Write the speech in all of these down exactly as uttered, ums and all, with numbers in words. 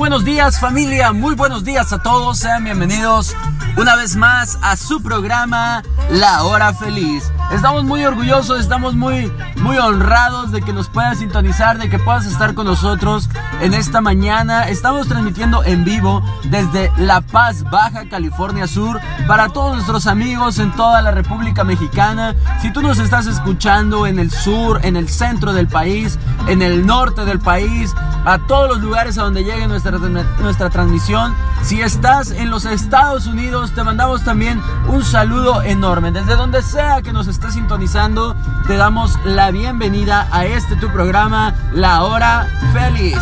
buenos días, familia, muy buenos días a todos. Sean bienvenidos una vez más a su programa La Hora Feliz. Estamos muy orgullosos, estamos muy, muy honrados de que nos puedas sintonizar, de que puedas estar con nosotros en esta mañana. Estamos transmitiendo en vivo desde La Paz, Baja California Sur, para todos nuestros amigos en toda la República Mexicana. Si tú nos estás escuchando en el sur, en el centro del país, en el norte del país, a todos los lugares a donde llegue nuestra, nuestra transmisión. Si estás en los Estados Unidos, te mandamos también un saludo enorme. Desde donde sea que nos estés sintonizando, te damos la bienvenida a este tu programa, La Hora Feliz.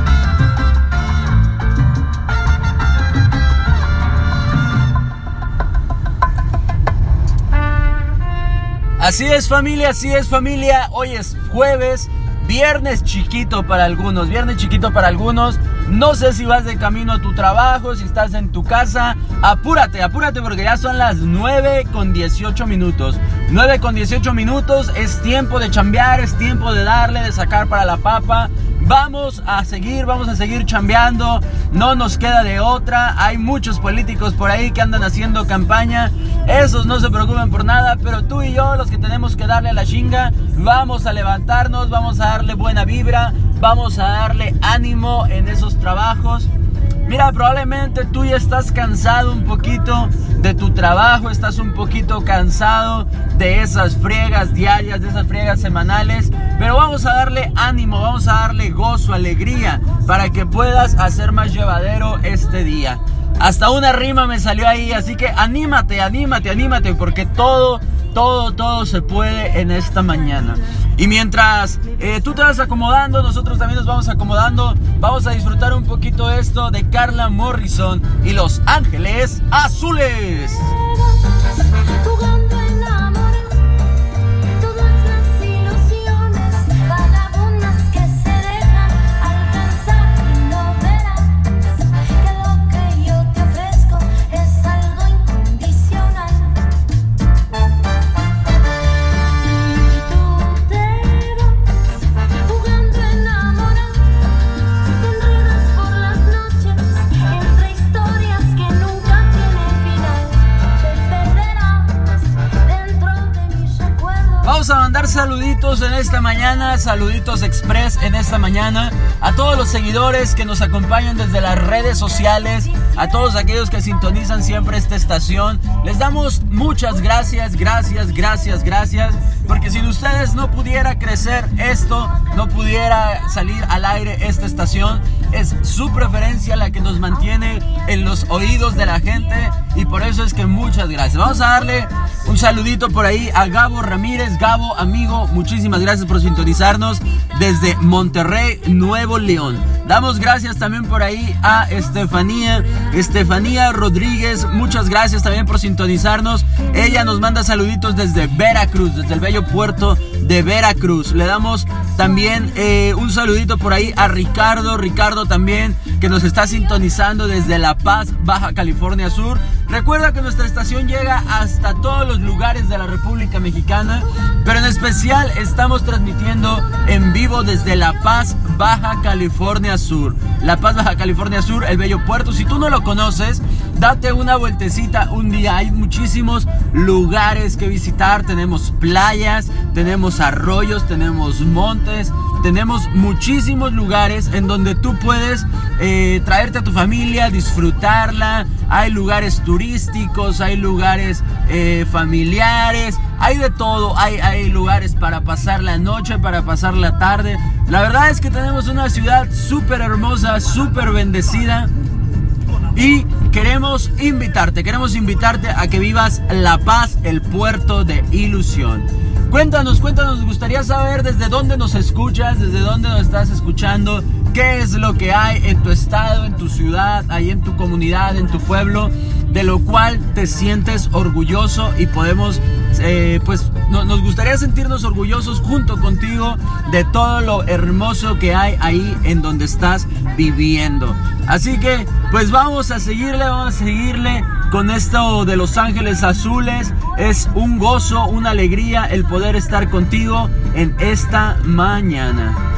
Así es, familia, así es, familia. Hoy es jueves. Viernes chiquito para algunos, viernes chiquito para algunos. No sé si vas de camino a tu trabajo, si estás en tu casa. Apúrate, apúrate porque ya son las nueve con dieciocho minutos. nueve con dieciocho minutos, es tiempo de chambear, es tiempo de darle, de sacar para la papa. Vamos a seguir, vamos a seguir chambeando, no nos queda de otra. Hay muchos políticos por ahí que andan haciendo campaña. Esos no se preocupen por nada, pero tú y yo, los que tenemos que darle a la chinga, vamos a levantarnos, vamos a darle buena vibra, vamos a darle ánimo en esos trabajos. Mira, probablemente tú ya estás cansado un poquito de tu trabajo, estás un poquito cansado de esas friegas diarias, de esas friegas semanales, pero vamos a darle ánimo, vamos a darle gozo, alegría, para que puedas hacer más llevadero este día. Hasta una rima me salió ahí, así que anímate, anímate, anímate, porque todo, todo, todo se puede en esta mañana. Y mientras eh, tú te vas acomodando, nosotros también nos vamos acomodando. Vamos a disfrutar un poquito esto de Carla Morrison y Los Ángeles Azules. Vamos a mandar saluditos en esta mañana, saluditos express en esta mañana a todos los seguidores que nos acompañan desde las redes sociales, a todos aquellos que sintonizan siempre esta estación. Les damos muchas gracias, gracias, gracias, gracias, porque sin ustedes no pudiera crecer esto, no pudiera salir al aire esta estación. Es su preferencia la que nos mantiene en los oídos de la gente y por eso es que muchas gracias. Vamos a darle un saludito por ahí a Gabo Ramírez. Gabo, amigo, muchísimas gracias por sintonizarnos desde Monterrey, Nuevo León. Damos gracias también por ahí a Estefanía, Estefanía Rodríguez. Muchas gracias también por sintonizarnos. Ella nos manda saluditos desde Veracruz, desde el bello puerto de Veracruz. Le damos también eh, un saludito por ahí a Ricardo, Ricardo también, que nos está sintonizando desde La Paz, Baja California Sur. Recuerda que nuestra estación llega hasta todos los lugares de la República Mexicana, pero en especial estamos transmitiendo en vivo desde La Paz, Baja California Sur. La Paz, Baja California Sur, el bello puerto. Si tú no lo conoces, date una vueltecita un día. Hay muchísimos lugares que visitar. Tenemos playas, tenemos arroyos, tenemos montes, tenemos muchísimos lugares en donde tú puedes eh, traerte a tu familia, disfrutarla. Hay lugares turísticos, hay lugares eh, familiares, hay de todo. Hay, hay lugares para pasar la noche, para pasar la tarde. La verdad es que tenemos una ciudad súper hermosa, súper bendecida. Y queremos invitarte, queremos invitarte a que vivas La Paz, el puerto de ilusión. Cuéntanos, cuéntanos, nos gustaría saber desde dónde nos escuchas, desde dónde nos estás escuchando, qué es lo que hay en tu estado, en tu ciudad, ahí en tu comunidad, en tu pueblo, de lo cual te sientes orgulloso y podemos, eh, pues no, nos gustaría sentirnos orgullosos junto contigo de todo lo hermoso que hay ahí en donde estás viviendo. Así que, pues vamos a seguirle, vamos a seguirle con esto de Los Ángeles Azules. Es un gozo, una alegría el poder estar contigo en esta mañana.